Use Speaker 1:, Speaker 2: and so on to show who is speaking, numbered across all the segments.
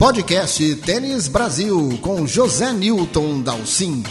Speaker 1: Podcast Tênis Brasil com José Newton Dalcin.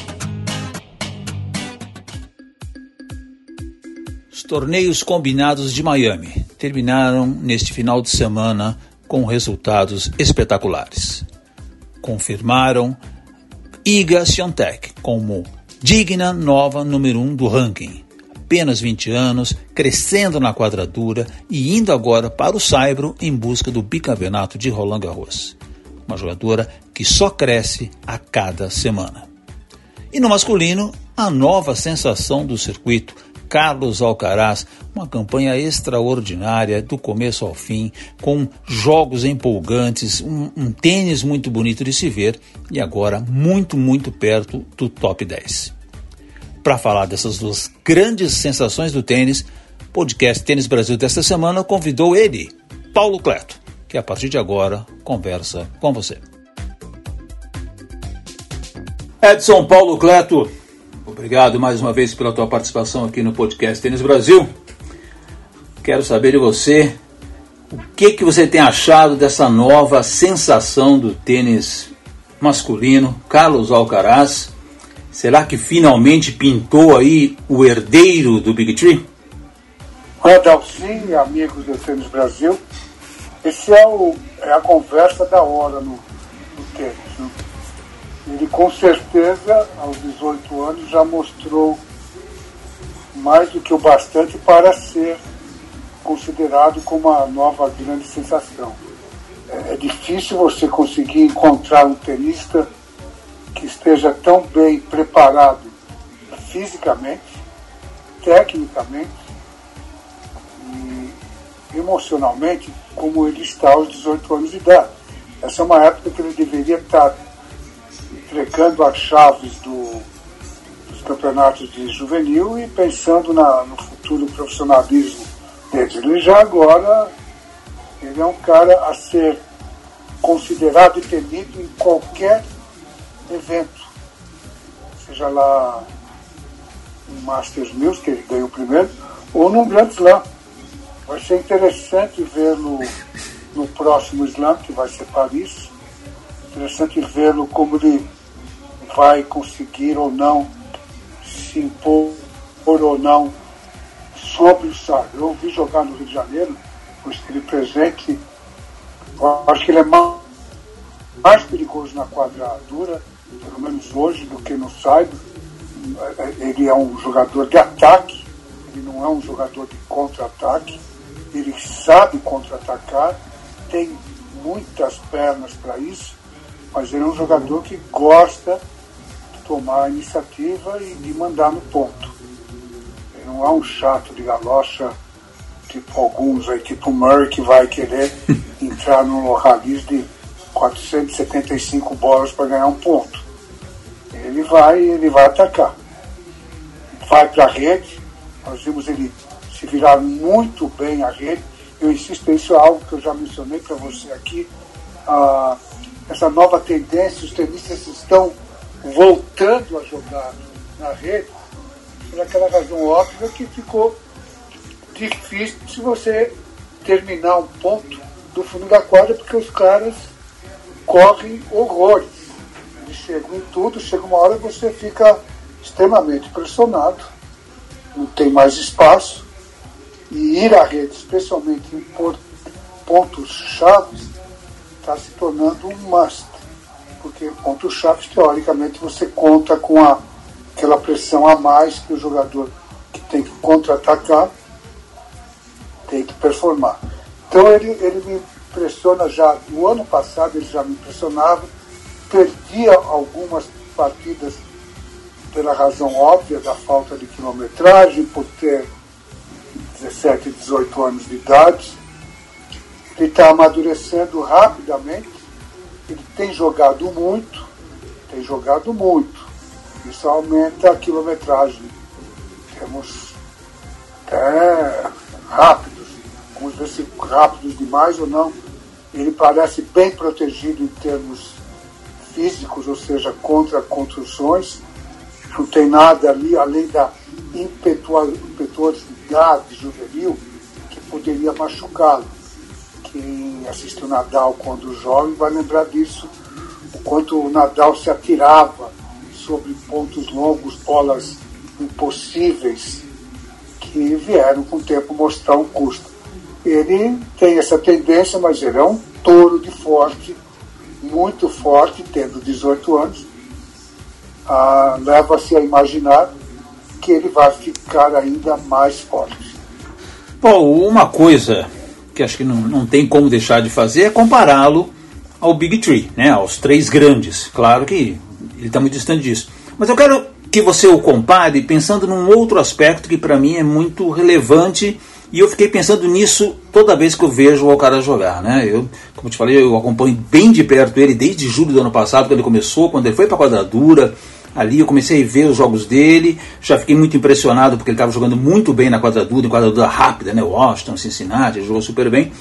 Speaker 2: Os torneios combinados de Miami terminaram neste final de semana com resultados espetaculares. Confirmaram Iga Świątek como digna nova número 1 do ranking. Apenas 20 anos, crescendo na quadratura e indo agora para o saibro em busca do bicampeonato de Roland Garros. Uma jogadora que só cresce a cada semana. E no masculino, a nova sensação do circuito, Carlos Alcaraz, uma campanha extraordinária do começo ao fim, com jogos empolgantes, um tênis muito bonito de se ver e agora muito perto do top 10. Para falar dessas duas grandes sensações do tênis, o podcast Tênis Brasil desta semana convidou ele, Paulo Cleto, que a partir de agora conversa com você. Edson Paulo Cleto, obrigado mais uma vez pela tua participação aqui no podcast Tênis Brasil. Quero saber de você o que você tem achado dessa nova sensação do tênis masculino, Carlos Alcaraz. Será que finalmente pintou aí o herdeiro do Big Three?
Speaker 3: Olá, Dalcin, amigos do Tênis Brasil. Esse é a conversa da hora no tênis. Né? Ele com certeza, aos 18 anos, já mostrou mais do que o bastante para ser considerado como uma nova grande sensação. É difícil você conseguir encontrar um tenista que esteja tão bem preparado fisicamente, tecnicamente e emocionalmente como ele está aos 18 anos de idade. Essa é uma época que ele deveria estar entregando as chaves dos campeonatos de juvenil e pensando no futuro profissionalismo dele. Ele já agora ele é um cara a ser considerado e temido em qualquer evento, seja lá um Masters 1000, que ele ganhou primeiro, ou num Grand Slam. Vai ser interessante vê-lo no próximo Slam, que vai ser Paris. Interessante vê-lo como ele vai conseguir ou não se impor ou não sobre o saibro. Eu ouvi jogar no Rio de Janeiro, por estive presente. Eu acho que ele é mais perigoso na quadradura, pelo menos hoje, do que no saibro. Ele é um jogador de ataque, ele não é um jogador de contra-ataque. Ele sabe contra-atacar, tem muitas pernas para isso, mas ele é um jogador que gosta de tomar a iniciativa e de mandar no ponto. Ele não é um chato de galocha, tipo alguns aí, tipo o Murray, que vai querer entrar no rally de 475 bolas para ganhar um ponto. Ele vai atacar. Vai para a rede, nós vimos ele se virar muito bem a rede. Eu insisto, isso é algo que eu já mencionei para você aqui. Essa nova tendência, os tenistas estão voltando a jogar na rede por aquela razão óbvia que ficou difícil se você terminar um ponto do fundo da quadra, porque os caras correm horrores. Eles chegam em tudo, chega uma hora você fica extremamente pressionado, não tem mais espaço, e ir à rede, especialmente em pontos chaves, está se tornando um must, porque pontos chaves, teoricamente, você conta com aquela pressão a mais que o jogador que tem que contra-atacar tem que performar. Então ele me impressiona já, no ano passado ele já me impressionava, perdia algumas partidas pela razão óbvia da falta de quilometragem, por ter 17, 18 anos de idade. Ele está amadurecendo rapidamente, ele tem jogado muito, isso aumenta a quilometragem. Temos até rápidos, vamos ver se rápidos demais ou não. Ele parece bem protegido em termos físicos, ou seja, contra contusões. Não tem nada ali além da impetuosidade juvenil que poderia machucá-lo, Quem assistiu Nadal quando jovem vai lembrar disso, o quanto o Nadal se atirava sobre pontos longos, bolas impossíveis, que vieram com o tempo mostrar um custo. Ele tem essa tendência, mas ele é um touro de forte, muito forte, tendo 18 anos. Leva-se a imaginar que ele vai ficar ainda mais forte.
Speaker 2: Bom, uma coisa que acho que não tem como deixar de fazer é compará-lo ao Big Three, né, aos três grandes. Claro que ele está muito distante disso. Mas eu quero que você o compare pensando num outro aspecto que para mim é muito relevante, e eu fiquei pensando nisso toda vez que eu vejo o Alcaraz jogar, né? Eu, como te falei, eu acompanho bem de perto ele desde julho do ano passado, quando ele começou, quando ele foi para a quadradura. Ali eu comecei a ver os jogos dele, já fiquei muito impressionado porque ele estava jogando muito bem na quadradura, em quadradura rápida, né? Washington, Cincinnati, ele jogou super bem.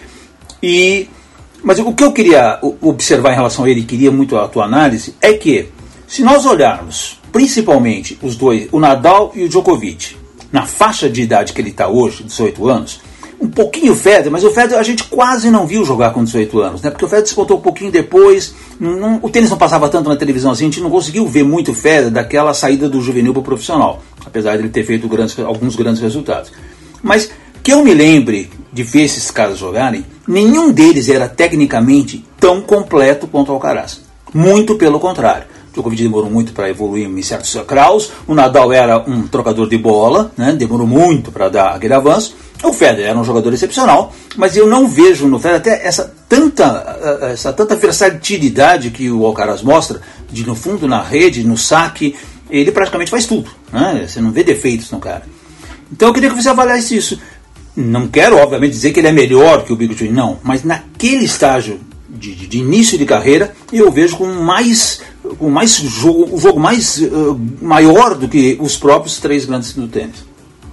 Speaker 2: Mas o que eu queria observar em relação a ele, queria muito a tua análise, é que se nós olharmos principalmente os dois, o Nadal e o Djokovic, na faixa de idade que ele está hoje, 18 anos, um pouquinho o Federer, mas o Federer a gente quase não viu jogar com 18 anos, né? Porque o Federer despontou um pouquinho depois, o tênis não passava tanto na televisão assim, a gente não conseguiu ver muito o Federer daquela saída do juvenil para o profissional, apesar de ele ter feito alguns grandes resultados. Mas que eu me lembre de ver esses caras jogarem, nenhum deles era tecnicamente tão completo quanto o Alcaraz. Muito pelo contrário. O Djokovic demorou muito para evoluir em certos graus, o Nadal era um trocador de bola, né? Demorou muito para dar aquele avanço. O Federer era um jogador excepcional, mas eu não vejo no Federer até essa tanta versatilidade que o Alcaraz mostra, de no fundo, na rede, no saque, ele praticamente faz tudo, né? Você não vê defeitos no cara. Então eu queria que você avaliasse isso. Não quero, obviamente, dizer que ele é melhor que o Big Three, não, mas naquele estágio de início de carreira, eu vejo com mais jogo maior do que os próprios três grandes do tênis.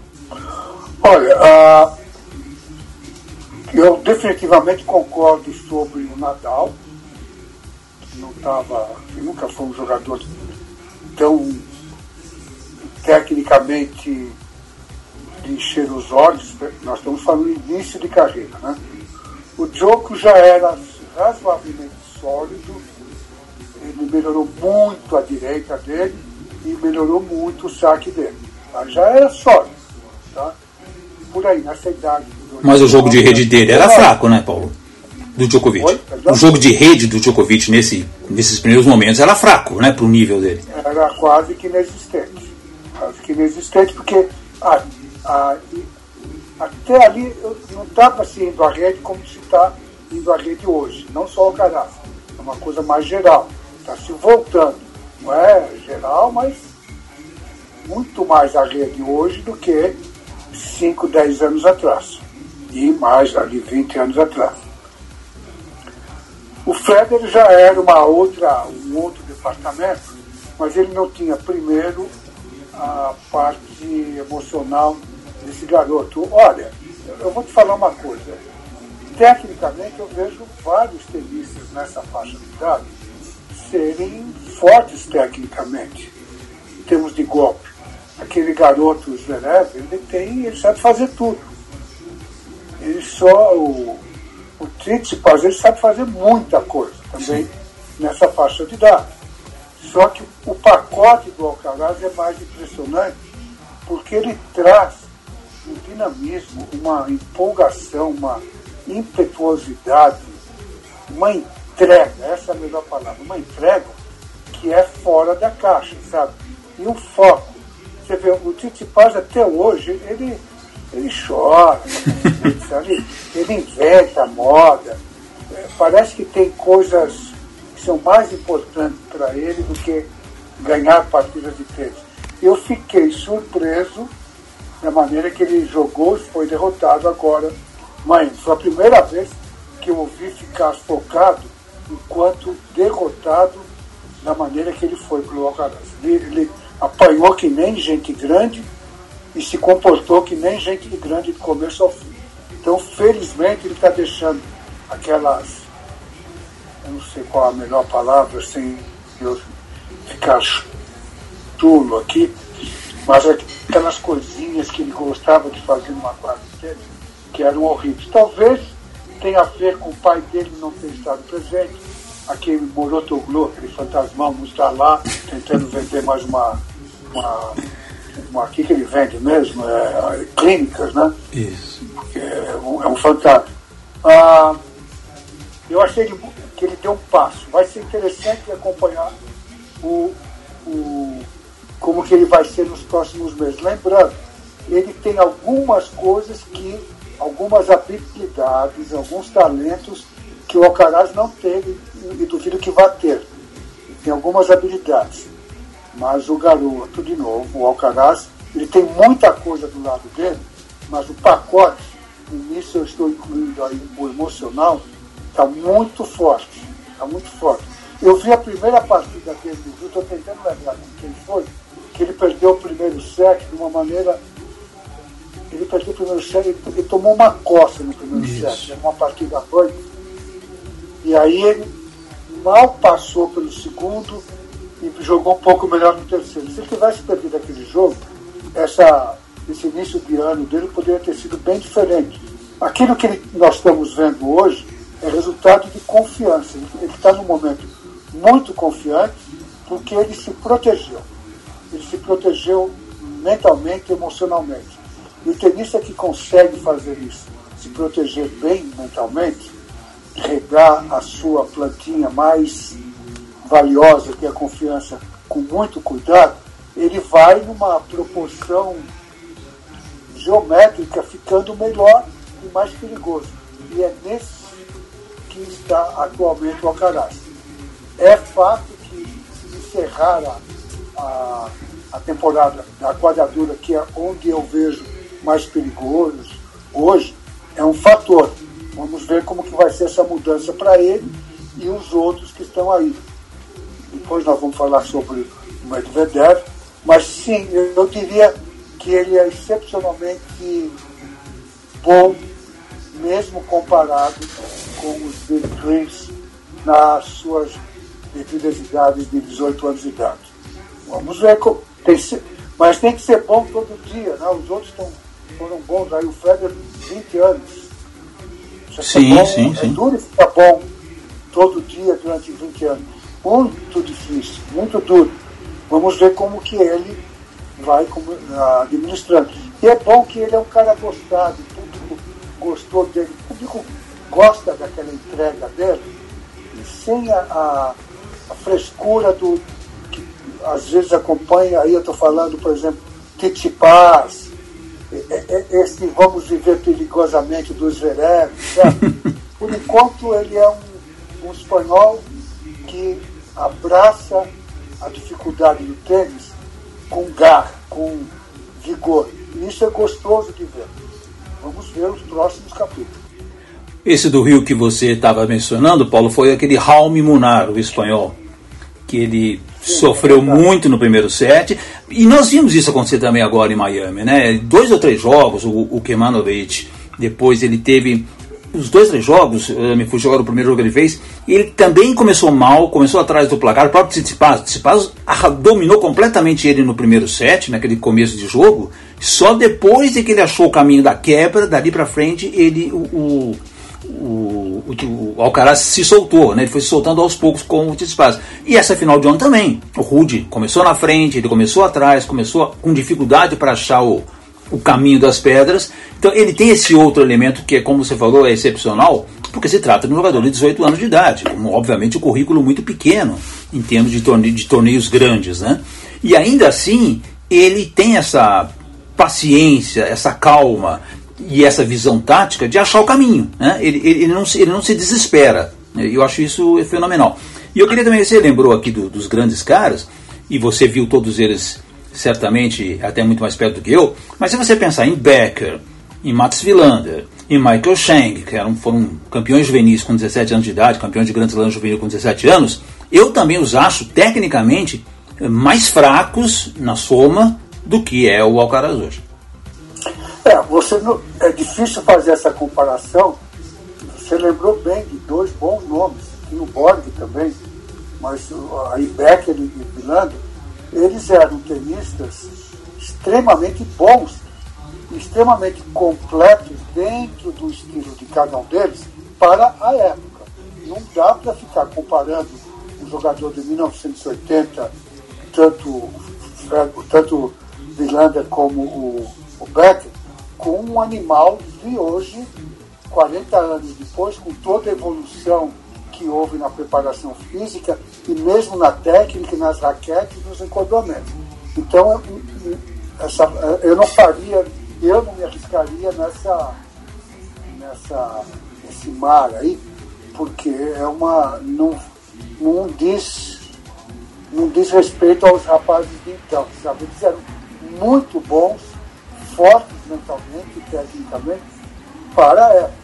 Speaker 3: Olha, eu definitivamente concordo sobre o Nadal, que nunca foi um jogador tão tecnicamente de encher os olhos. Nós estamos falando do início de carreira, né? O Djoko já era razoavelmente sólido, ele melhorou muito a direita dele e melhorou muito o saque dele. Mas já era sólido, tá? Por aí, nessa idade.
Speaker 2: Mas o jogo de rede dele era fraco, né, Paulo? Do Djokovic. O jogo de rede do Djokovic nesses primeiros momentos era fraco, né, pro nível dele.
Speaker 3: Era quase que inexistente. Quase que inexistente, porque até ali não estava se indo à rede como se está indo à rede hoje. Não só o Alcaraz. É uma coisa mais geral. Está se voltando. Não é geral, mas muito mais à rede hoje do que 5, 10 anos atrás. E mais ali 20 anos atrás. O Federer já era um outro departamento, mas ele não tinha primeiro a parte emocional desse garoto. Olha, eu vou te falar uma coisa. Tecnicamente eu vejo vários tenistas nessa faixa de idade serem fortes tecnicamente, em termos de golpe. Aquele garoto Zverev, ele sabe fazer tudo. O Tsitsipas, ele sabe fazer muita coisa também nessa faixa de idade. Só que o pacote do Alcaraz é mais impressionante porque ele traz um dinamismo, uma empolgação, uma impetuosidade, uma entrega, essa é a melhor palavra, uma entrega que é fora da caixa, sabe? E o foco. Você vê, o Tsitsipas até hoje, ele chora, ele inventa moda. Parece que tem coisas que são mais importantes para ele do que ganhar partidas de tênis. Eu fiquei surpreso da maneira que ele jogou e foi derrotado agora. Mas foi a primeira vez que eu ouvi ficar focado enquanto derrotado da maneira que ele foi pelo Alcaraz. Ele apanhou que nem gente grande e se comportou que nem gente grande do começo ao fim. Então, felizmente, ele está deixando aquelas, eu não sei qual a melhor palavra, sem eu ficar chulo aqui, mas aquelas coisinhas que ele gostava de fazer numa quadra de tênis, que eram horríveis. Talvez tem a ver com o pai dele não ter estado presente, aquele Morotoglu, aquele fantasmão, não está lá, tentando vender mais uma que ele vende mesmo, clínicas, né?
Speaker 2: Isso.
Speaker 3: É um fantasma. Eu achei que ele deu um passo. Vai ser interessante acompanhar como que ele vai ser nos próximos meses. Lembrando, ele tem algumas habilidades, alguns talentos que o Alcaraz não teve e duvido que vá ter. Ele tem algumas habilidades. Mas o garoto, de novo, o Alcaraz, ele tem muita coisa do lado dele, mas o pacote, e nisso eu estou incluindo aí o emocional, está muito forte. Está muito forte. Eu vi a primeira partida dele do Rio, estou tentando lembrar quem foi, que ele perdeu o primeiro set de uma maneira. Ele perdeu o primeiro set, ele tomou uma coça no primeiro set, era uma partida à noite. E aí ele mal passou pelo segundo e jogou um pouco melhor no terceiro. Se ele tivesse perdido aquele jogo, esse início de ano dele poderia ter sido bem diferente. Aquilo que nós estamos vendo hoje é resultado de confiança. Ele está num momento muito confiante porque ele se protegeu. Ele se protegeu mentalmente e emocionalmente. E o tenista que consegue fazer isso, se proteger bem mentalmente, regar a sua plantinha mais valiosa, que é a confiança, com muito cuidado, ele vai numa proporção geométrica ficando melhor e mais perigoso. E é nesse que está atualmente o Alcaraz. É fato que encerrar a temporada da quadradura, que é onde eu vejo mais perigoso hoje, é um fator. Vamos ver como que vai ser essa mudança para ele e os outros que estão aí. Depois nós vamos falar sobre o Medvedev, mas sim, eu diria que ele é excepcionalmente bom, mesmo comparado com os Big Threes nas suas devidas idades de 18 anos de idade. Vamos ver, mas tem que ser bom todo dia, né? Os outros foram bons, aí o Federer 20 anos.
Speaker 2: Sim.
Speaker 3: É duro ficar bom todo dia durante 20 anos. Muito difícil, muito duro. Vamos ver como que ele vai administrando. E é bom que ele é um cara gostado, o público gostou dele, o público gosta daquela entrega dele, e sem a frescura que às vezes acompanha, aí eu estou falando, por exemplo, Tsitsipas, esse vamos viver perigosamente dos Zverev, por enquanto ele é um espanhol que abraça a dificuldade do tênis com garra, com vigor. E isso é gostoso de ver. Vamos ver os próximos capítulos.
Speaker 2: Esse do Rio que você estava mencionando, Paulo, foi aquele Jaume Munar, o espanhol, que ele sofreu muito no primeiro set. E nós vimos isso acontecer também agora em Miami, né? 2 ou 3 jogos, o Kecmanovic, depois ele teve os 2, 3 jogos, eu me fui jogar o primeiro jogo que ele fez, e ele também começou mal, começou atrás do placar. O próprio Tsitsipas dominou completamente ele no primeiro set, naquele começo de jogo. Só depois de que ele achou o caminho da quebra, dali pra frente, o Alcaraz se soltou, né? Ele foi se soltando aos poucos com o Tsitsipas. E essa final de ontem também, o Ruud começou na frente, ele começou atrás, começou com dificuldade para achar o caminho das pedras. Então ele tem esse outro elemento que, como você falou, é excepcional, porque se trata de um jogador de 18 anos de idade, obviamente um currículo muito pequeno em termos de torneios grandes, né? E ainda assim ele tem essa paciência, essa calma e essa visão tática de achar o caminho, né? Ele não se desespera. Eu acho isso fenomenal. E eu queria também, você lembrou aqui dos grandes caras, e você viu todos eles certamente até muito mais perto do que eu, mas se você pensar em Becker, em Mats Wilander, em Michael Chang, que foram campeões juvenis com 17 anos de idade, campeões de Grand Slam juvenil com 17 anos, eu também os acho tecnicamente mais fracos na soma do que é o Alcaraz hoje.
Speaker 3: É difícil fazer essa comparação. Você lembrou bem de 2 bons nomes, e o Borg também, mas aí Becker e Wilander, eles eram tenistas extremamente bons, extremamente completos dentro do estilo de cada um deles, para a época. Não dá para ficar comparando um jogador de 1980, tanto Wilander como o Becker, com um animal de hoje, 40 anos depois, com toda a evolução que houve na preparação física e mesmo na técnica, nas raquetes e nos enquadramentos. Então, eu não me arriscaria nesse mar aí, porque não diz respeito aos rapazes de então, sabe? Eles eram muito bons, fortes mentalmente e tecnicamente para a época.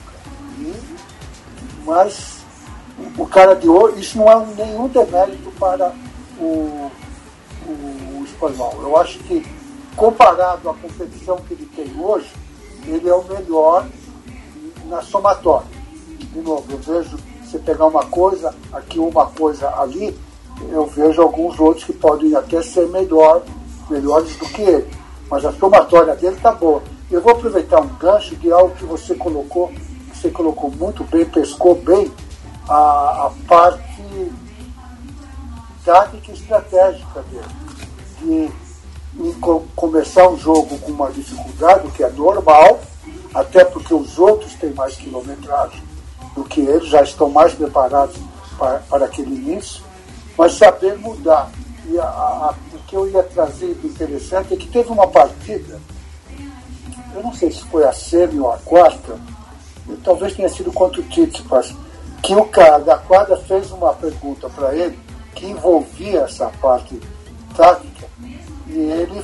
Speaker 3: Mas o cara de hoje, isso não é nenhum demérito para o espanhol. Eu acho que, comparado à competição que ele tem hoje, ele é o melhor na somatória. De novo, eu vejo, você pegar uma coisa aqui, uma coisa ali, eu vejo alguns outros que podem até ser melhores do que ele. Mas a somatória dele está boa. Eu vou aproveitar um gancho de algo que você colocou muito bem, pescou bem a parte tática e estratégica dele. De começar um jogo com uma dificuldade, o que é normal, até porque os outros têm mais quilometragem do que eles, já estão mais preparados para aquele início, mas saber mudar. E o que eu ia trazer de interessante é que teve uma partida, eu não sei se foi a semi ou a quarta, talvez tenha sido contra o Tsitsipas, que o cara da quadra fez uma pergunta para ele que envolvia essa parte tática, e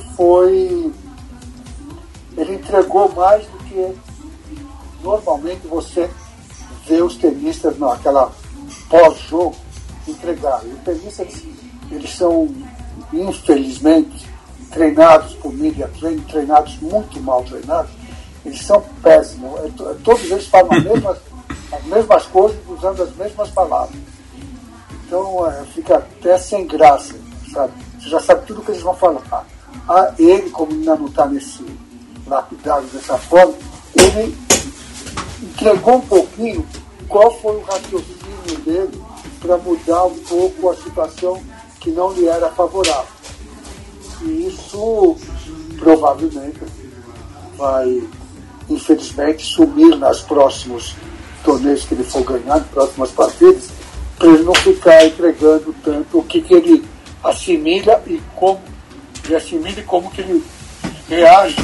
Speaker 3: ele entregou mais do que normalmente você vê os tenistas naquela pós-jogo entregar. E os tenistas, eles são, infelizmente, treinados por media training, treinados muito mal treinados, eles são péssimos. Todos eles falam as mesmas coisas, usando as mesmas palavras. Então fica até sem graça, sabe? Você já sabe tudo o que eles vão falar. Ele, como ainda não está nesse lapidado dessa forma, ele entregou um pouquinho qual foi o raciocínio dele para mudar um pouco a situação que não lhe era favorável. E isso provavelmente vai, infelizmente, sumir nos próximos torneios que ele for ganhar, nas próximas partidas, para ele não ficar entregando tanto o que ele assimila e como que ele reage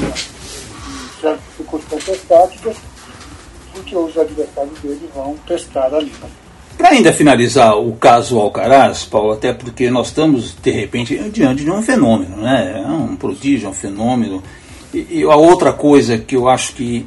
Speaker 3: a certas circunstâncias táticas, porque os adversários dele vão testar ali.
Speaker 2: Para ainda finalizar o caso Alcaraz, Paulo, até porque nós estamos, de repente, diante de um fenômeno, né? É um prodígio, um fenômeno. E a outra coisa que eu acho que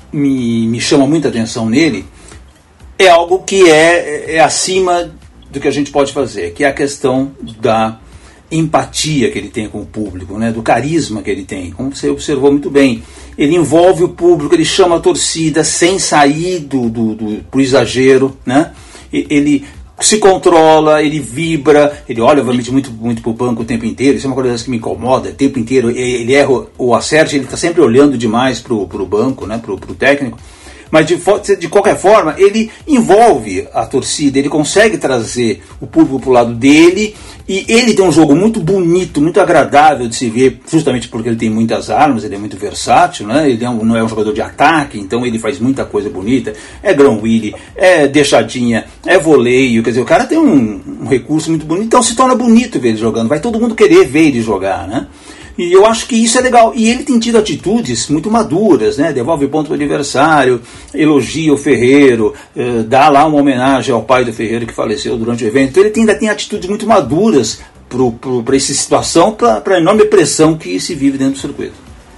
Speaker 2: me chama muita atenção nele é algo que é acima do que a gente pode fazer, que é a questão da empatia que ele tem com o público, né? Do carisma que ele tem, como você observou muito bem. Ele envolve o público, ele chama a torcida sem sair pro exagero, né? Ele se controla, ele vibra, ele olha obviamente muito pro banco o tempo inteiro. Isso é uma coisa que me incomoda, o tempo inteiro ele erra ou acerta, ele está sempre olhando demais pro banco, né? pro técnico. Mas de qualquer forma, ele envolve a torcida, ele consegue trazer o público para o lado dele, e ele tem um jogo muito bonito, muito agradável de se ver, justamente porque ele tem muitas armas, ele é muito versátil, né? Ele não é um jogador de ataque, então ele faz muita coisa bonita, é ground wheelie, é deixadinha, é voleio, quer dizer, o cara tem um recurso muito bonito, então se torna bonito ver ele jogando, vai todo mundo querer ver ele jogar, né? E eu acho que isso é legal. E ele tem tido atitudes muito maduras, né? Devolve ponto para o adversário, elogia o Ferreiro, dá lá uma homenagem ao pai do Ferreiro que faleceu durante o evento. Então ele ainda tem atitudes muito maduras para essa situação, para a enorme pressão que se vive dentro do circuito.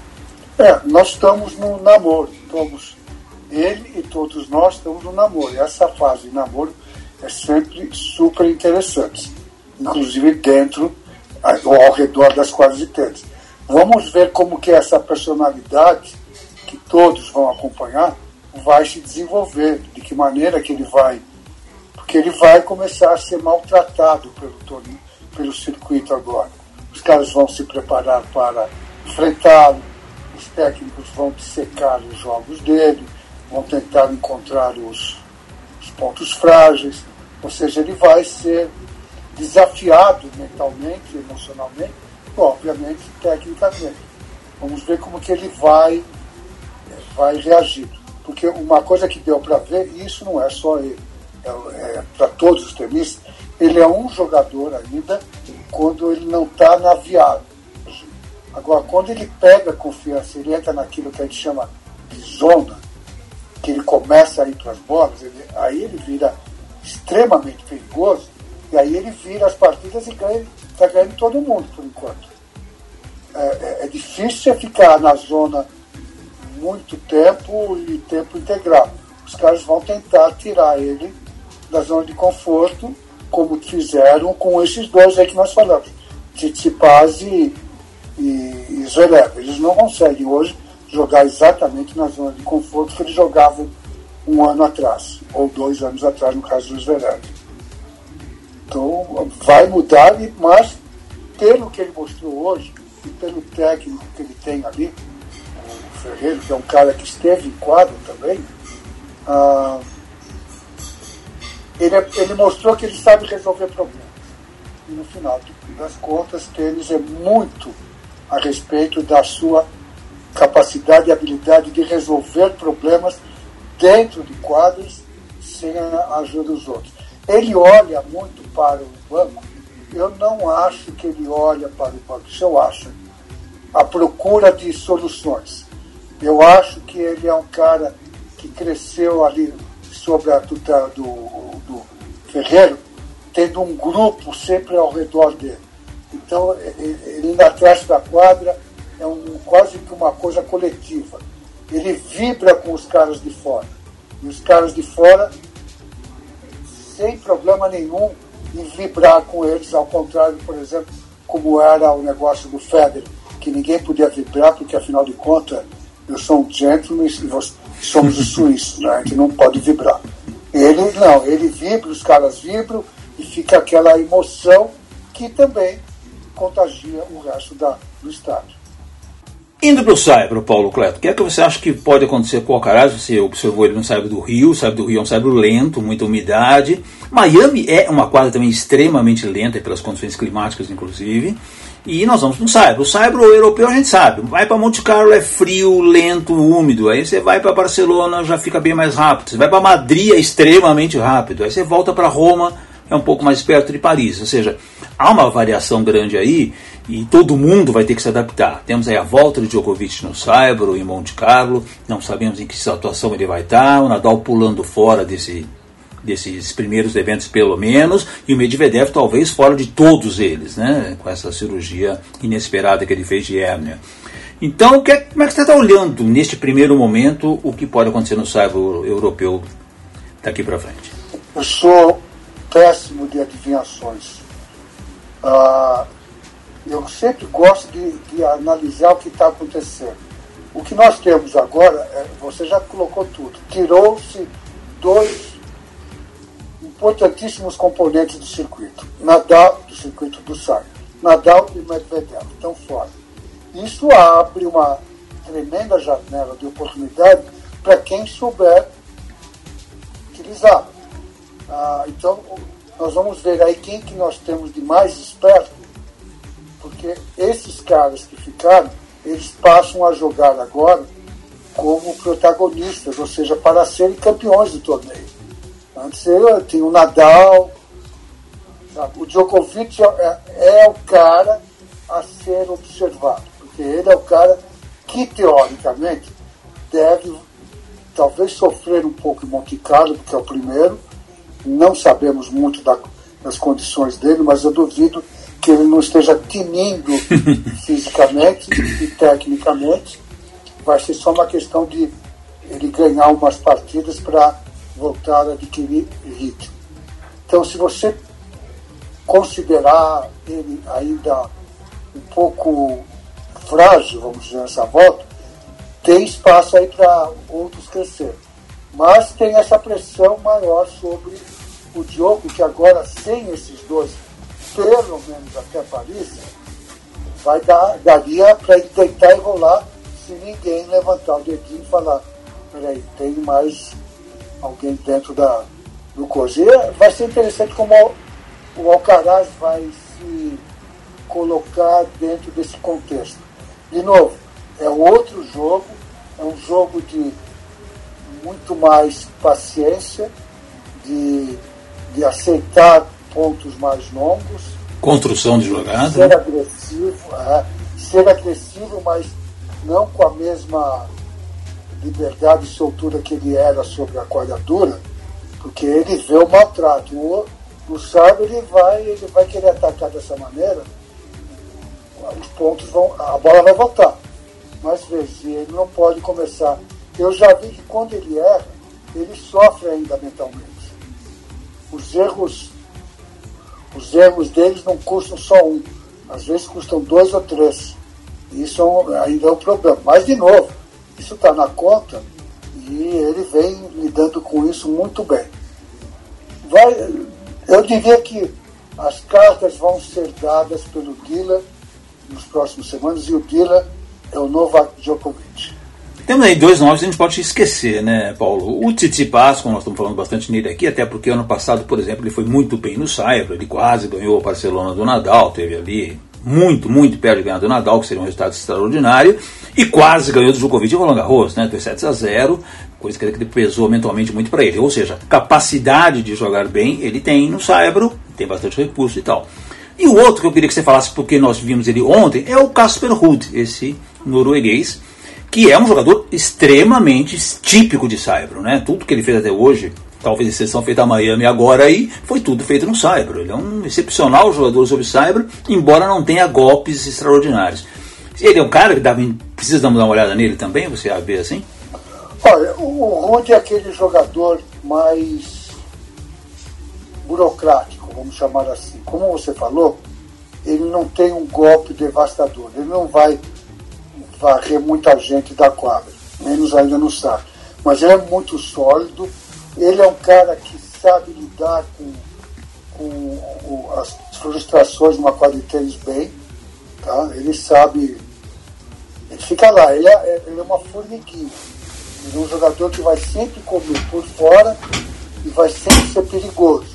Speaker 3: Nós estamos no namoro. Ele e todos nós estamos no namoro. E essa fase de namoro é sempre super interessante. Inclusive dentro ou ao redor das quadras de tênis. Vamos ver como que essa personalidade, que todos vão acompanhar, vai se desenvolver, de que maneira que ele vai, porque ele vai começar a ser maltratado pelo circuito agora. Os caras vão se preparar para enfrentá-lo, os técnicos vão dissecar os jogos dele, vão tentar encontrar os pontos frágeis, ou seja, ele vai ser desafiado mentalmente, emocionalmente, obviamente, tecnicamente. Vamos ver como que ele vai reagir. Porque uma coisa que deu para ver, e isso não é só ele, para todos os tenistas, ele é um jogador ainda quando ele não está na viagem. Agora, quando ele pega confiança, ele entra naquilo que a gente chama de zona, que ele começa a ir para as bolas, aí ele vira extremamente perigoso, e aí ele vira as partidas e está ganhando todo mundo, por enquanto. É difícil ficar na zona muito tempo e tempo integral. Os caras vão tentar tirar ele da zona de conforto, como fizeram com esses dois aí que nós falamos, Tsitsipas e Zverev. Eles não conseguem hoje jogar exatamente na zona de conforto que eles jogavam um ano atrás, ou 2 anos atrás, no caso do Zverev. Então, vai mudar, mas pelo que ele mostrou hoje, e pelo técnico que ele tem ali, o Ferreira, que é um cara que esteve em quadro também, ele mostrou que ele sabe resolver problemas. E no final das contas, tênis é muito a respeito da sua capacidade e habilidade de resolver problemas dentro de quadros sem a ajuda dos outros. Ele olha muito para o banco. Eu não acho que ele olha para o banco. Isso eu acho. A procura de soluções. Eu acho que ele é um cara que cresceu ali sob a tutela do Ferreiro, tendo um grupo sempre ao redor dele. Então, ele indo atrás da quadra é quase que uma coisa coletiva. Ele vibra com os caras de fora. E os caras de fora, sem problema nenhum, em vibrar com eles, ao contrário, por exemplo, como era o negócio do Federer, que ninguém podia vibrar, porque, afinal de contas, eu sou um gentleman e somos os suíços, né? A gente não pode vibrar. Ele não, ele vibra, os caras vibram, e fica aquela emoção que também contagia o resto do estádio.
Speaker 2: Indo para o Saibro, Paulo Cleto, o que é que você acha que pode acontecer com o Alcaraz? Você observou ele no Saibro do Rio. O Saibro do Rio é um saibro lento, muita umidade. Miami é uma quadra também extremamente lenta, pelas condições climáticas, inclusive. E nós vamos para o Saibro. O Saibro europeu a gente sabe. Vai para Monte Carlo, é frio, lento, úmido. Aí você vai para Barcelona, já fica bem mais rápido. Você vai para Madrid, é extremamente rápido. Aí você volta para Roma, é um pouco mais perto de Paris. Ou seja, há uma variação grande aí e todo mundo vai ter que se adaptar. Temos aí a volta de Djokovic no Saibro, em Monte Carlo. Não sabemos em que situação ele vai estar. O Nadal pulando fora desses primeiros eventos, pelo menos. E o Medvedev talvez fora de todos eles, né? Com essa cirurgia inesperada que ele fez de hérnia. Então, como é que você está olhando, neste primeiro momento, o que pode acontecer no Saibro europeu daqui para frente?
Speaker 3: Eu sou péssimo de adivinhações. Eu sempre gosto de analisar o que está acontecendo. O que nós temos agora, você já colocou tudo. Tirou-se 2 importantíssimos componentes do circuito. Nadal, do circuito do Saibro. Nadal e Medvedev estão fora. Isso abre uma tremenda janela de oportunidade para quem souber utilizar. Então, nós vamos ver aí quem que nós temos de mais esperto, porque esses caras que ficaram, eles passam a jogar agora como protagonistas, ou seja, para serem campeões do torneio. Antes tinha o Nadal, sabe? O Djokovic é o cara a ser observado, porque ele é o cara que, teoricamente, deve talvez sofrer um pouco em Monte Carlo, porque é o primeiro. Não sabemos muito das condições dele, mas eu duvido que ele não esteja tinindo fisicamente e tecnicamente. Vai ser só uma questão de ele ganhar umas partidas para voltar a adquirir ritmo. Então, se você considerar ele ainda um pouco frágil, vamos dizer, nessa volta, tem espaço aí para outros crescer. Mas tem essa pressão maior sobre o Djokovic, que agora, sem esses dois, pelo menos até Paris, daria para ele tentar enrolar se ninguém levantar o dedinho e falar: peraí, tem mais alguém dentro no Cozy. Vai ser interessante como o Alcaraz vai se colocar dentro desse contexto. De novo, é outro jogo, é um jogo de muito mais paciência, de aceitar pontos mais longos.
Speaker 2: Construção de jogada.
Speaker 3: Ser agressivo, mas não com a mesma liberdade e soltura que ele era sobre a quadra dura, porque ele vê o maltrato. No saibro ele vai querer atacar dessa maneira, os pontos a bola vai voltar. Mas veja, ele não pode começar. Eu já vi que quando ele erra, ele sofre ainda mentalmente. Os erros deles não custam só um, às vezes custam 2 ou 3. Isso ainda é um problema. Mas, de novo, isso está na conta e ele vem lidando com isso muito bem. Eu diria que as cartas vão ser dadas pelo Dila nos próximos semanas, e o Dila é o Novak Djokovic.
Speaker 2: Temos aí 2 nomes que a gente pode esquecer, né, Paulo? O Tsitsipas, como nós estamos falando bastante nele aqui, até porque ano passado, por exemplo, ele foi muito bem no saibro, ele quase ganhou o Barcelona do Nadal, teve ali muito, muito perto de ganhar do Nadal, que seria um resultado extraordinário, e quase ganhou do Djokovic em Roland Garros, né, 2-7-0, coisa que pesou mentalmente muito para ele. Ou seja, capacidade de jogar bem ele tem no saibro, tem bastante recurso e tal. E o outro que eu queria que você falasse, porque nós vimos ele ontem, é o Casper Ruud, esse norueguês, que é um jogador extremamente típico de saibro, né? Tudo que ele fez até hoje, talvez exceção feita a Miami agora aí, foi tudo feito no saibro. Ele é um excepcional jogador sobre saibro, embora não tenha golpes extraordinários. Ele é um cara que precisa dar uma olhada nele também, você vê assim?
Speaker 3: Olha, o Ruud é aquele jogador mais burocrático, vamos chamar assim. Como você falou, ele não tem um golpe devastador, ele não vai varrer muita gente da quadra, menos ainda no saibro. Mas ele é muito sólido, ele é um cara que sabe lidar com as frustrações numa quadra de tênis bem, tá? Ele sabe, ele fica lá, ele é uma formiguinha, ele é um jogador que vai sempre comer por fora e vai sempre ser perigoso.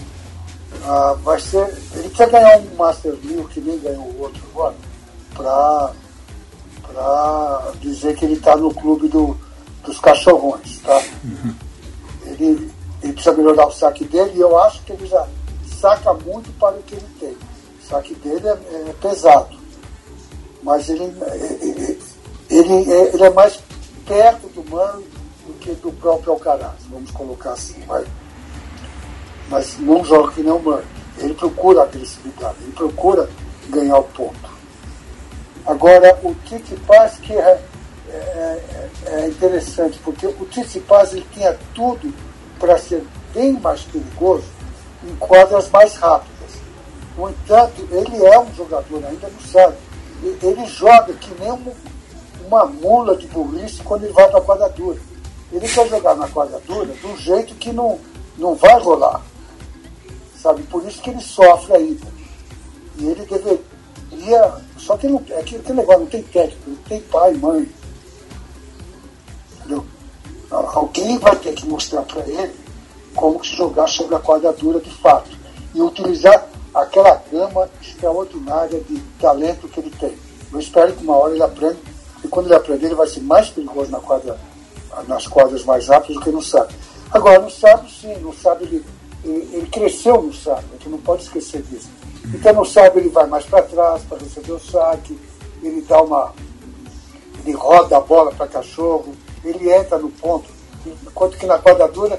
Speaker 3: Ele precisa ganhar um Master 1000, que nem ganhou o outro agora, para dizer que ele está no clube dos cachorrões, tá? Ele precisa melhorar o saque dele, e eu acho que ele já saca muito para o que ele tem. O saque dele é pesado, mas ele é mais perto do Murray do que do próprio Alcaraz, vamos colocar assim, mas não joga que nem o Murray. Ele procura agressividade, ele procura ganhar o ponto. Agora, o Tsitsipas, que é interessante, porque o Tsitsipas ele tinha tudo para ser bem mais perigoso em quadras mais rápidas. No entanto, ele é um jogador, ainda não sabe. Ele joga que nem uma mula de burrice quando ele vai para a quadra dura. Ele quer jogar na quadra dura de um jeito que não vai rolar. Sabe? Por isso que ele sofre ainda. E ele deveria... Só que aquele negócio não tem técnico, não tem pai, mãe. Entendeu? Alguém vai ter que mostrar para ele como se jogar sobre a quadra dura de fato. E utilizar aquela gama extraordinária de talento que ele tem. Eu espero que uma hora ele aprenda, e quando ele aprender, ele vai ser mais perigoso nas quadras mais rápidas do que no saibro. Agora, no saibro, sim, no saibro ele cresceu no saibro, a gente não pode esquecer disso. Então no saibro ele vai mais para trás para receber o saque, ele roda a bola para cachorro, ele entra no ponto, enquanto que na quadra dura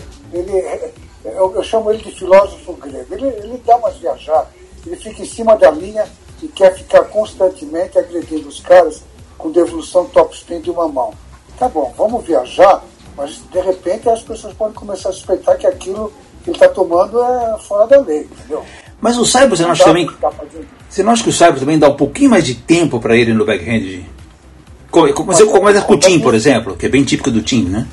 Speaker 3: eu chamo ele de filósofo grego, ele dá umas viajadas, ele fica em cima da linha e quer ficar constantemente agredindo os caras com devolução topspin de uma mão. Tá bom, vamos viajar, mas de repente as pessoas podem começar a suspeitar que aquilo que ele está tomando é fora da lei, entendeu?
Speaker 2: Mas o saibro, você não acha que o saibro também dá um pouquinho mais de tempo para ele no backhand? Começa com o Tim, por exemplo, que é bem típico do Tim, né?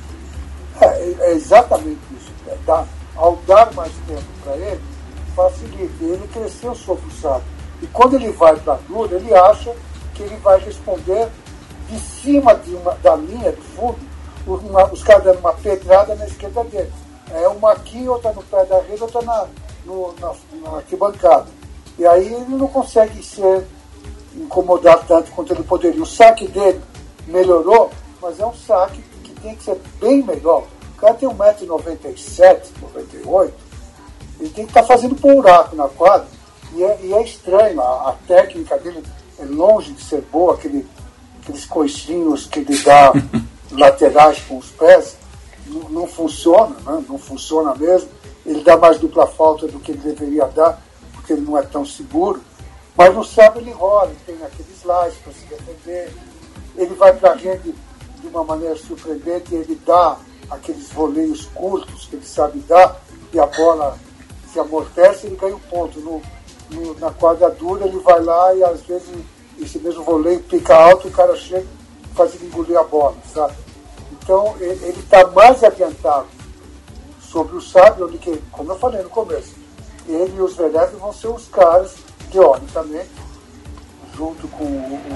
Speaker 3: É exatamente isso. Ao dar mais tempo para ele, facilita. Ele cresceu sobre o saibro. E quando ele vai para a dura, ele acha que ele vai responder de cima da linha de fundo, os caras dando uma pedrada na esquerda dele. Uma aqui, outra no pé da rede, outra na arquibancada. E aí ele não consegue ser incomodado tanto quanto ele poderia. O saque dele melhorou, mas é um saque que tem que ser bem melhor. O cara tem 1,97m, 98m, ele tem que estar fazendo buraco na quadra, e é estranho, a técnica dele é longe de ser boa, aqueles coicinhos que ele dá laterais com os pés, não funciona, né? Não funciona mesmo. Ele dá mais dupla falta do que ele deveria dar, porque ele não é tão seguro, mas no sábado ele rola, ele tem aquele slice para se defender, ele vai para a rede de uma maneira surpreendente, ele dá aqueles voleios curtos que ele sabe dar, e a bola se amortece, ele ganha um ponto. Na quadra dura ele vai lá e às vezes esse mesmo voleio pica alto, o cara chega e faz ele engolir a bola, sabe? Então ele está mais adiantado sobre o Sábio do que, como eu falei no começo, ele e os Zverev vão ser os caras, teoricamente, junto com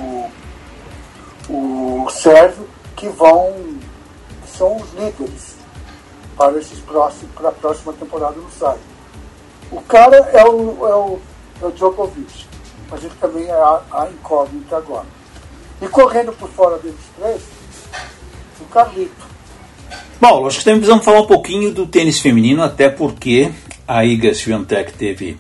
Speaker 3: o Sérgio, que são os líderes para a próxima temporada no Sábio. O cara é o Djokovic, mas ele também é a incógnita agora. E correndo por fora deles três, o Carlito.
Speaker 2: Bom, acho que também precisamos falar um pouquinho do tênis feminino, até porque a Iga Swiatek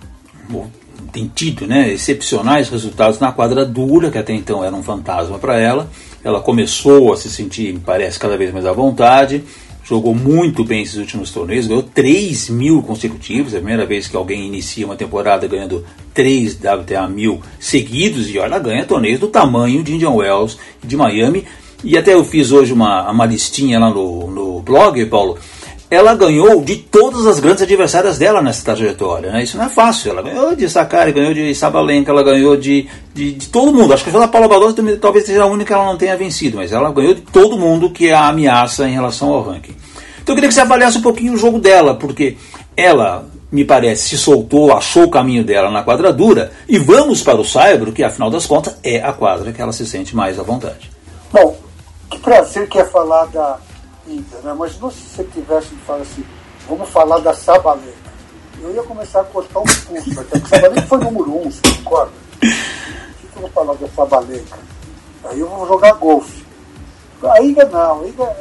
Speaker 2: tem tido, né, excepcionais resultados na quadra dura, que até então era um fantasma para ela. Ela começou a se sentir, me parece, cada vez mais à vontade, jogou muito bem esses últimos torneios, ganhou 3.000 consecutivos, é a primeira vez que alguém inicia uma temporada ganhando 3 WTA 1000 seguidos, e ela ganha torneios do tamanho de Indian Wells e de Miami. E até eu fiz hoje uma listinha lá no blog, Paulo. Ela ganhou de todas as grandes adversárias dela nessa trajetória, né? Isso não é fácil. Ela ganhou de Sakkari, ganhou de Sabalenka, ela ganhou de todo mundo. Acho que a Paula Badosa talvez seja a única que ela não tenha vencido, mas ela ganhou de todo mundo que é a ameaça em relação ao ranking. Então eu queria que você avaliasse um pouquinho o jogo dela, porque ela, me parece, se soltou, achou o caminho dela na quadra dura, e vamos para o Saibro, que afinal das contas é a quadra que ela se sente mais à vontade.
Speaker 3: Bom, que prazer que é falar da Iga, né? Mas não se você tivesse me falado assim, vamos falar da Sabalenka. Eu ia começar a cortar um pulso, até porque a Sabalenka foi número 1, você concorda? Por que eu vou falar da Sabalenka? Aí eu vou jogar golfe. A Iga não, a Iga,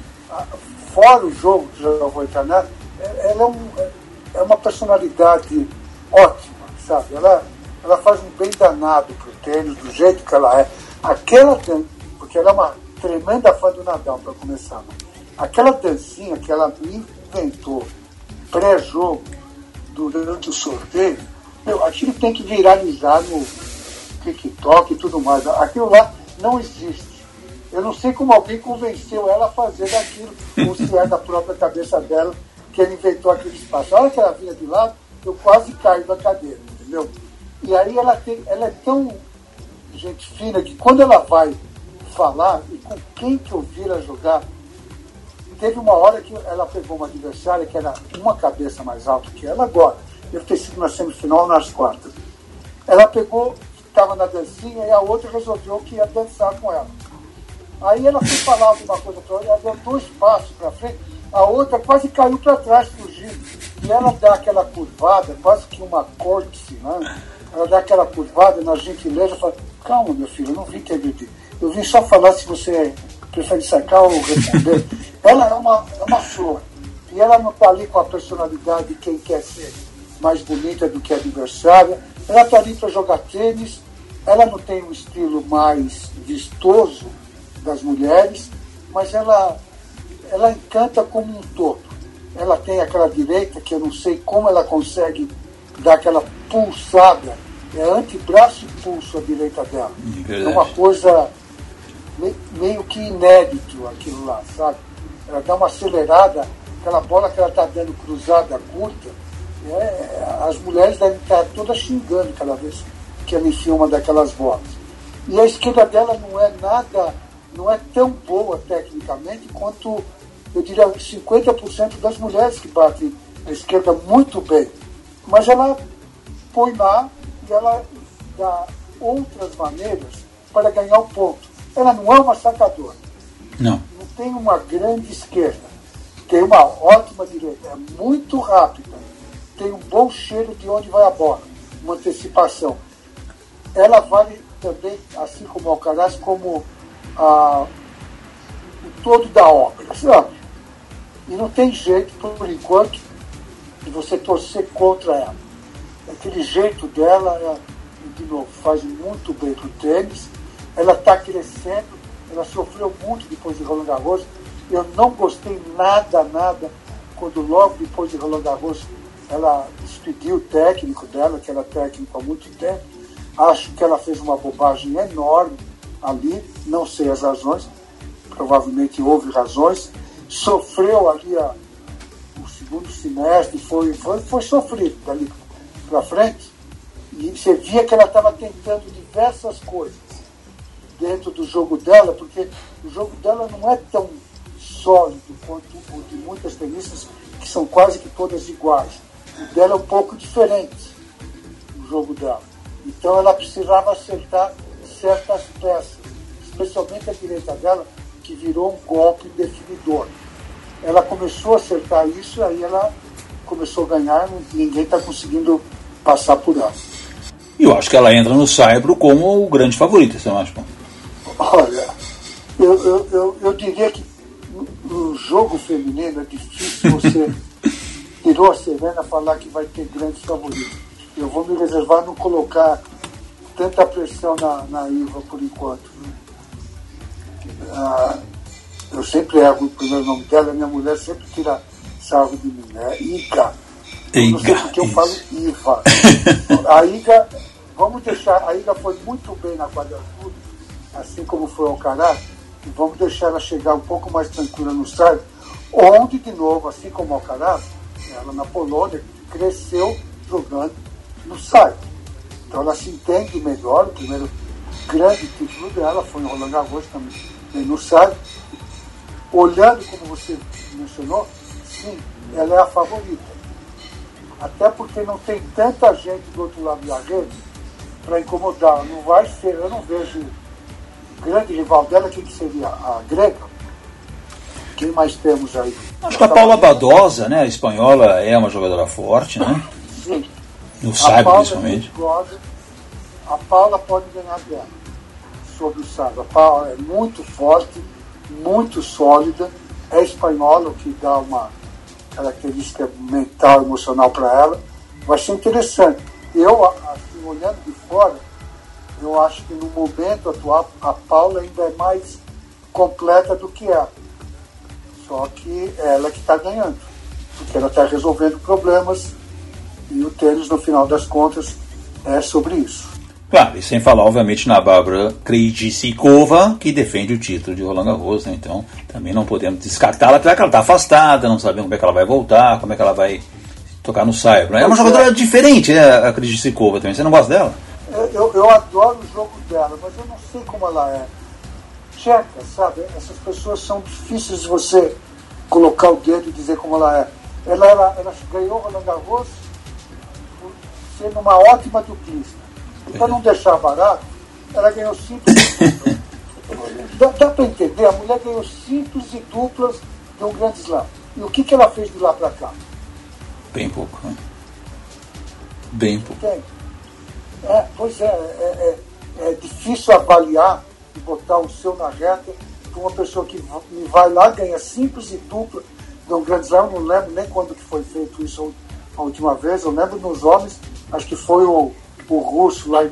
Speaker 3: fora o jogo, que já vou entrar nela, ela é uma personalidade ótima, sabe? Ela faz um bem danado pro tênis, do jeito que ela é. Porque ela é uma tremenda fã do Nadal, para começar. Né? Aquela dancinha que ela inventou pré-jogo, durante o sorteio, aquilo tem que viralizar no TikTok e tudo mais. Aquilo lá não existe. Eu não sei como alguém convenceu ela a fazer aquilo, ou se é da própria cabeça dela que ela inventou aquele espaço. A hora que ela vinha de lado, eu quase caio da cadeira, entendeu? E aí ela é tão gente fina que quando ela vai falar, e com quem que eu vi ela jogar, teve uma hora que ela pegou uma adversária que era uma cabeça mais alta que ela agora, deve ter sido na semifinal ou nas quartas. Ela pegou, estava na dancinha, e a outra resolveu que ia dançar com ela. Aí ela foi falar alguma coisa para ela, ela deu 2 passos para frente, a outra quase caiu para trás, fugindo. E ela dá aquela curvada, quase que uma corte, né? Ela dá aquela curvada na gentileza e fala, calma, meu filho, eu não vim te agredir. Eu vim só falar se você prefere sacar ou responder. Ela é uma flor. E ela não está ali com a personalidade de quem quer ser mais bonita do que a adversária. Ela está ali para jogar tênis. Ela não tem um estilo mais vistoso das mulheres, mas ela encanta como um todo. Ela tem aquela direita que eu não sei como ela consegue dar aquela pulsada. É antebraço e pulso a direita dela. É uma coisa meio que inédito aquilo lá, sabe? Ela dá uma acelerada, aquela bola que ela está dando cruzada, curta, as mulheres devem estar todas xingando cada vez que ela enfia uma daquelas bolas. E a esquerda dela não é tão boa tecnicamente quanto, eu diria, 50% das mulheres que batem a esquerda muito bem. Mas ela põe lá e ela dá outras maneiras para ganhar o ponto. Ela não é uma sacadora.
Speaker 2: Não
Speaker 3: tem uma grande esquerda. tem uma ótima direita, é muito rápida, tem um bom cheiro de onde vai a bola, uma antecipação. Ela vale também, assim como o Alcaraz, como o todo da obra, sabe? E não tem jeito, por enquanto, de você torcer contra ela. Aquele jeito dela, de novo, faz muito bem pro tênis. Ela está crescendo, ela sofreu muito depois de Roland Garros. Eu não gostei nada, quando logo depois de Roland Garros ela despediu o técnico dela, que era técnico há muito tempo. Acho que ela fez uma bobagem enorme ali, não sei as razões, provavelmente houve razões. Sofreu ali o segundo semestre, foi sofrido dali para frente, e você via que ela estava tentando diversas coisas dentro do jogo dela, porque o jogo dela não é tão sólido quanto o de muitas tenistas, que são quase que todas iguais. O dela é um pouco diferente, o jogo dela. Então ela precisava acertar certas peças, especialmente a direita dela, que virou um golpe definidor. Ela começou a acertar isso, e aí ela começou a ganhar, ninguém está conseguindo passar por ela.
Speaker 2: E eu acho que ela entra no Saibro como o grande favorito, você não acha?
Speaker 3: Olha, eu diria que no jogo feminino é difícil você, tirou a Serena, falar que vai ter grandes favoritos. Eu vou me reservar não colocar tanta pressão na Iva por enquanto. Eu sempre erro o primeiro nome dela, minha mulher sempre tira sarro de mim, né? Iga. Eu não sei porque eu falo Iva. A Iga, vamos deixar, a Iga foi muito bem na quadra azul, assim como foi o Alcaraz, e vamos deixar ela chegar um pouco mais tranquila no saibro, onde, de novo, assim como o Alcaraz, ela na Polônia cresceu jogando no saibro. Então ela se entende melhor. O primeiro grande título dela foi no Roland Garros também, no saibro. Olhando como você mencionou, sim, ela é a favorita. Até porque não tem tanta gente do outro lado da rede para incomodar. Não vai ser, eu não vejo grande rival dela. Quem que seria? A grega? Quem mais temos aí?
Speaker 2: Acho que a Paula Badosa, né, a espanhola, é uma jogadora forte, né?
Speaker 3: Sim.
Speaker 2: No saibro, principalmente.
Speaker 3: A Paula pode ganhar dela sobre o saibro. A Paula é muito forte, muito sólida, é espanhola, o que dá uma característica mental, emocional para ela. Vai ser interessante. Eu, assim, olhando de fora, eu acho que no momento atual a Paula ainda é mais completa do que ela. Só que ela que está ganhando, porque ela está resolvendo problemas, e o tênis, no final das contas, é sobre isso.
Speaker 2: Claro, e sem falar, obviamente, na Bárbara Krejcikova, que defende o título de Roland Garros, né? Então também não podemos descartá-la, apesar que ela está afastada, não sabemos como é que ela vai voltar, como é que ela vai tocar no saibro, né? É uma jogadora diferente, né, a Krejcikova também. Você não gosta dela?
Speaker 3: Eu adoro o jogo dela, mas eu não sei como ela é. Tcheca, sabe? Essas pessoas são difíceis de você colocar o dedo e dizer como ela é. Ela ganhou o Roland Garros por ser uma ótima duplista. E para não deixar barato, ela ganhou simples e duplas. Dá para entender? A mulher ganhou simples e duplas de um grande slam. E o que ela fez de lá para cá?
Speaker 2: Bem pouco, né? Bem pouco.
Speaker 3: Pois é difícil avaliar e botar o seu na reta para uma pessoa que vai lá, ganha simples e dupla de um grande slam. Eu não lembro nem quando que foi feito isso a última vez. Eu lembro nos homens, acho que foi o russo lá em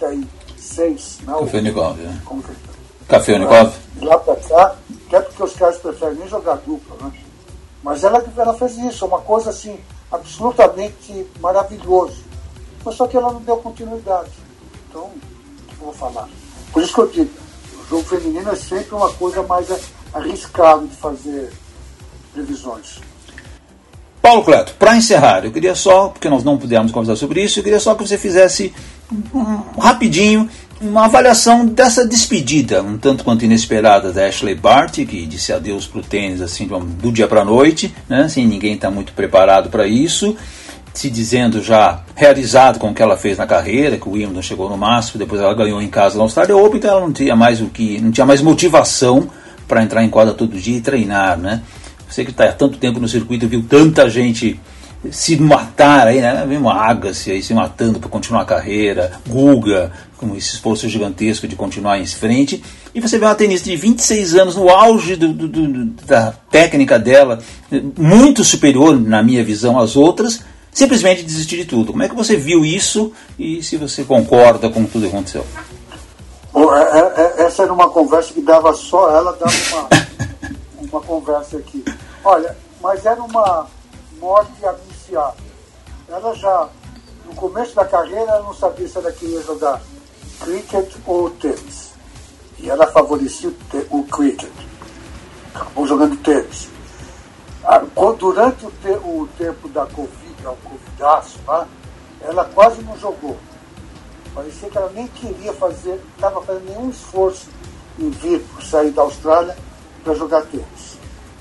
Speaker 3: 96, não?
Speaker 2: Kafelnikov, né?
Speaker 3: Como que
Speaker 2: Kafelnikov?
Speaker 3: Lá pra cá, até porque os caras preferem nem jogar dupla, né? Mas ela fez isso, uma coisa assim, absolutamente maravilhoso. Mas só que ela não deu continuidade. Então, o que eu vou falar? Por isso que eu digo, o jogo feminino é sempre uma coisa mais arriscada de fazer previsões.
Speaker 2: Paulo Cleto, para encerrar, eu queria só, porque nós não pudemos conversar sobre isso, eu queria só que você fizesse rapidinho uma avaliação dessa despedida, um tanto quanto inesperada, da Ashley Barty, que disse adeus para o tênis assim, do dia para a noite, né? Assim, ninguém está muito preparado para isso, se dizendo já realizado com o que ela fez na carreira, que o Wimbledon chegou no máximo, depois ela ganhou em casa na Australia Open, então ela não tinha mais motivação para entrar em quadra todo dia e treinar, né? Você que está há tanto tempo no circuito, viu tanta gente se matar aí, né? Mesmo a Agassi aí se matando para continuar a carreira, Guga com esse esforço gigantesco de continuar em frente, e você vê uma tenista de 26 anos no auge da técnica dela, muito superior na minha visão às outras, simplesmente desistir de tudo. Como é que você viu isso e se você concorda com tudo que aconteceu?
Speaker 3: Bom, essa era uma conversa que dava só ela, dava uma conversa aqui. Olha, mas era uma morte anunciada. Ela já, no começo da carreira, ela não sabia se ela queria jogar cricket ou tênis. E ela favorecia o cricket. Acabou jogando tênis. Durante o tempo da Covid, o Covidaço, ela quase não jogou. Parecia que ela nem queria estava fazendo nenhum esforço em vir sair da Austrália para jogar tênis.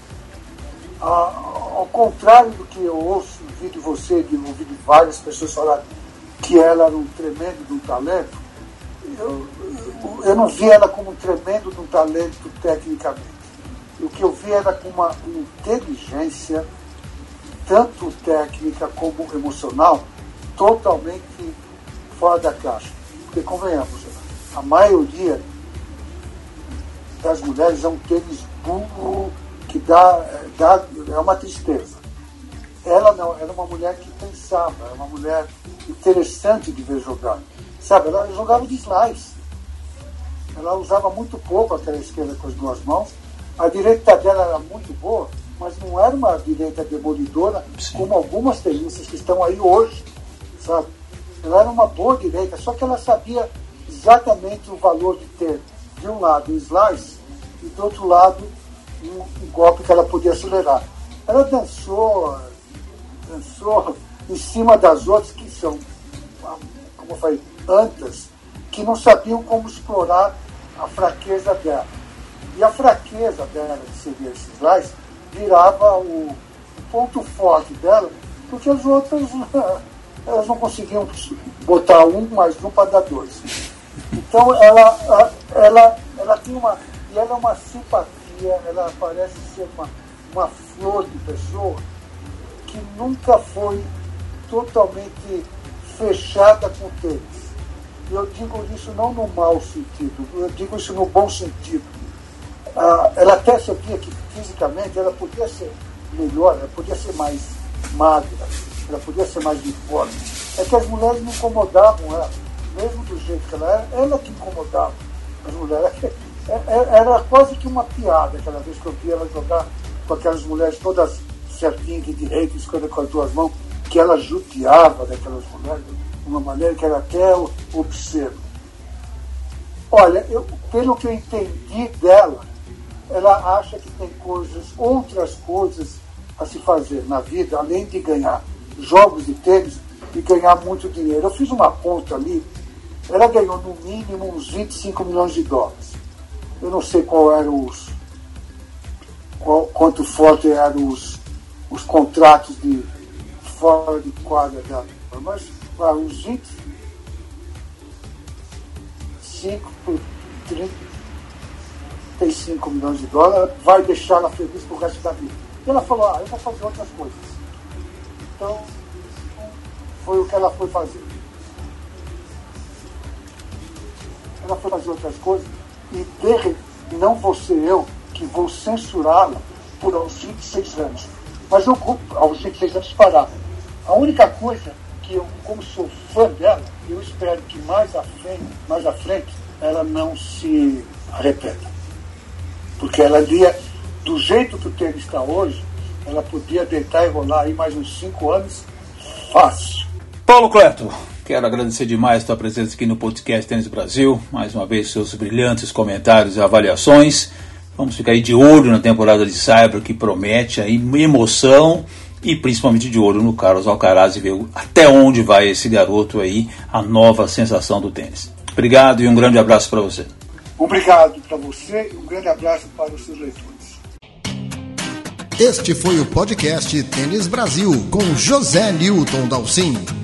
Speaker 3: Ao contrário do que eu ouço, ouvi de você, ouvi de várias pessoas falar que ela era um tremendo de um talento, eu não vi ela como um tremendo de um talento tecnicamente. O que eu vi era com uma inteligência, tanto técnica como emocional, totalmente fora da caixa. Porque, convenhamos, a maioria das mulheres é um tênis burro que é uma tristeza. Ela não, era uma mulher que pensava, era uma mulher interessante de ver jogar. Sabe, ela jogava de slice. Ela usava muito pouco aquela esquerda com as duas mãos. A direita dela era muito boa, mas não era uma direita demolidora, sim, como algumas tenistas que estão aí hoje, sabe? Ela era uma boa direita, só que ela sabia exatamente o valor de ter, de um lado, um slice, e do outro lado, um golpe que ela podia acelerar. Ela dançou em cima das outras que são, como eu falei, antas, que não sabiam como explorar a fraqueza dela. E a fraqueza dela, que seria esse slice, virava o ponto forte dela, porque as outras elas não conseguiam botar 1 mais 1 para dar 2. Então ela tem uma simpatia, ela parece ser uma flor de pessoa que nunca foi totalmente fechada com o tênis. E eu digo isso não no mau sentido, eu digo isso no bom sentido. Ela até sabia que fisicamente ela podia ser melhor, ela podia ser mais magra, ela podia ser mais uniforme. É que as mulheres não incomodavam ela, mesmo do jeito que ela era, ela que incomodava as mulheres. Era quase que uma piada aquela vez que eu vi ela jogar com aquelas mulheres todas certinhas de direito, escolha com as duas mãos, que ela judiava daquelas mulheres de uma maneira que era até obscena. Olha, pelo que eu entendi dela, ela acha que tem outras coisas a se fazer na vida, além de ganhar jogos de tênis e ganhar muito dinheiro. Eu fiz uma conta ali, ela ganhou no mínimo uns 25 milhões de dólares. Eu não sei quanto forte eram os contratos de fora de quadra dela, mas uns 25 por 35 milhões de dólares vai deixar ela feliz pro resto da vida. E ela falou, eu vou fazer outras coisas. Então, foi o que ela foi fazer. Ela foi fazer outras coisas e não vou ser eu que vou censurá-la por aos 26 anos. Mas eu, aos 26 anos, parar. A única coisa que eu, como sou fã dela, eu espero que mais à frente ela não se arrependa. Porque ela iria, do jeito que o tênis está hoje, ela podia deitar e rolar aí mais uns 5 anos fácil.
Speaker 2: Paulo Cleto, quero agradecer demais a tua presença aqui no podcast Tênis Brasil. Mais uma vez, seus brilhantes comentários e avaliações. Vamos ficar aí de olho na temporada de Saibro, que promete aí emoção, e principalmente de olho no Carlos Alcaraz e ver até onde vai esse garoto aí, a nova sensação do tênis. Obrigado e um grande abraço para você.
Speaker 3: Obrigado para você e um grande abraço para os seus leitores.
Speaker 1: Este foi o podcast Tênis Brasil com José Newton Dalcin.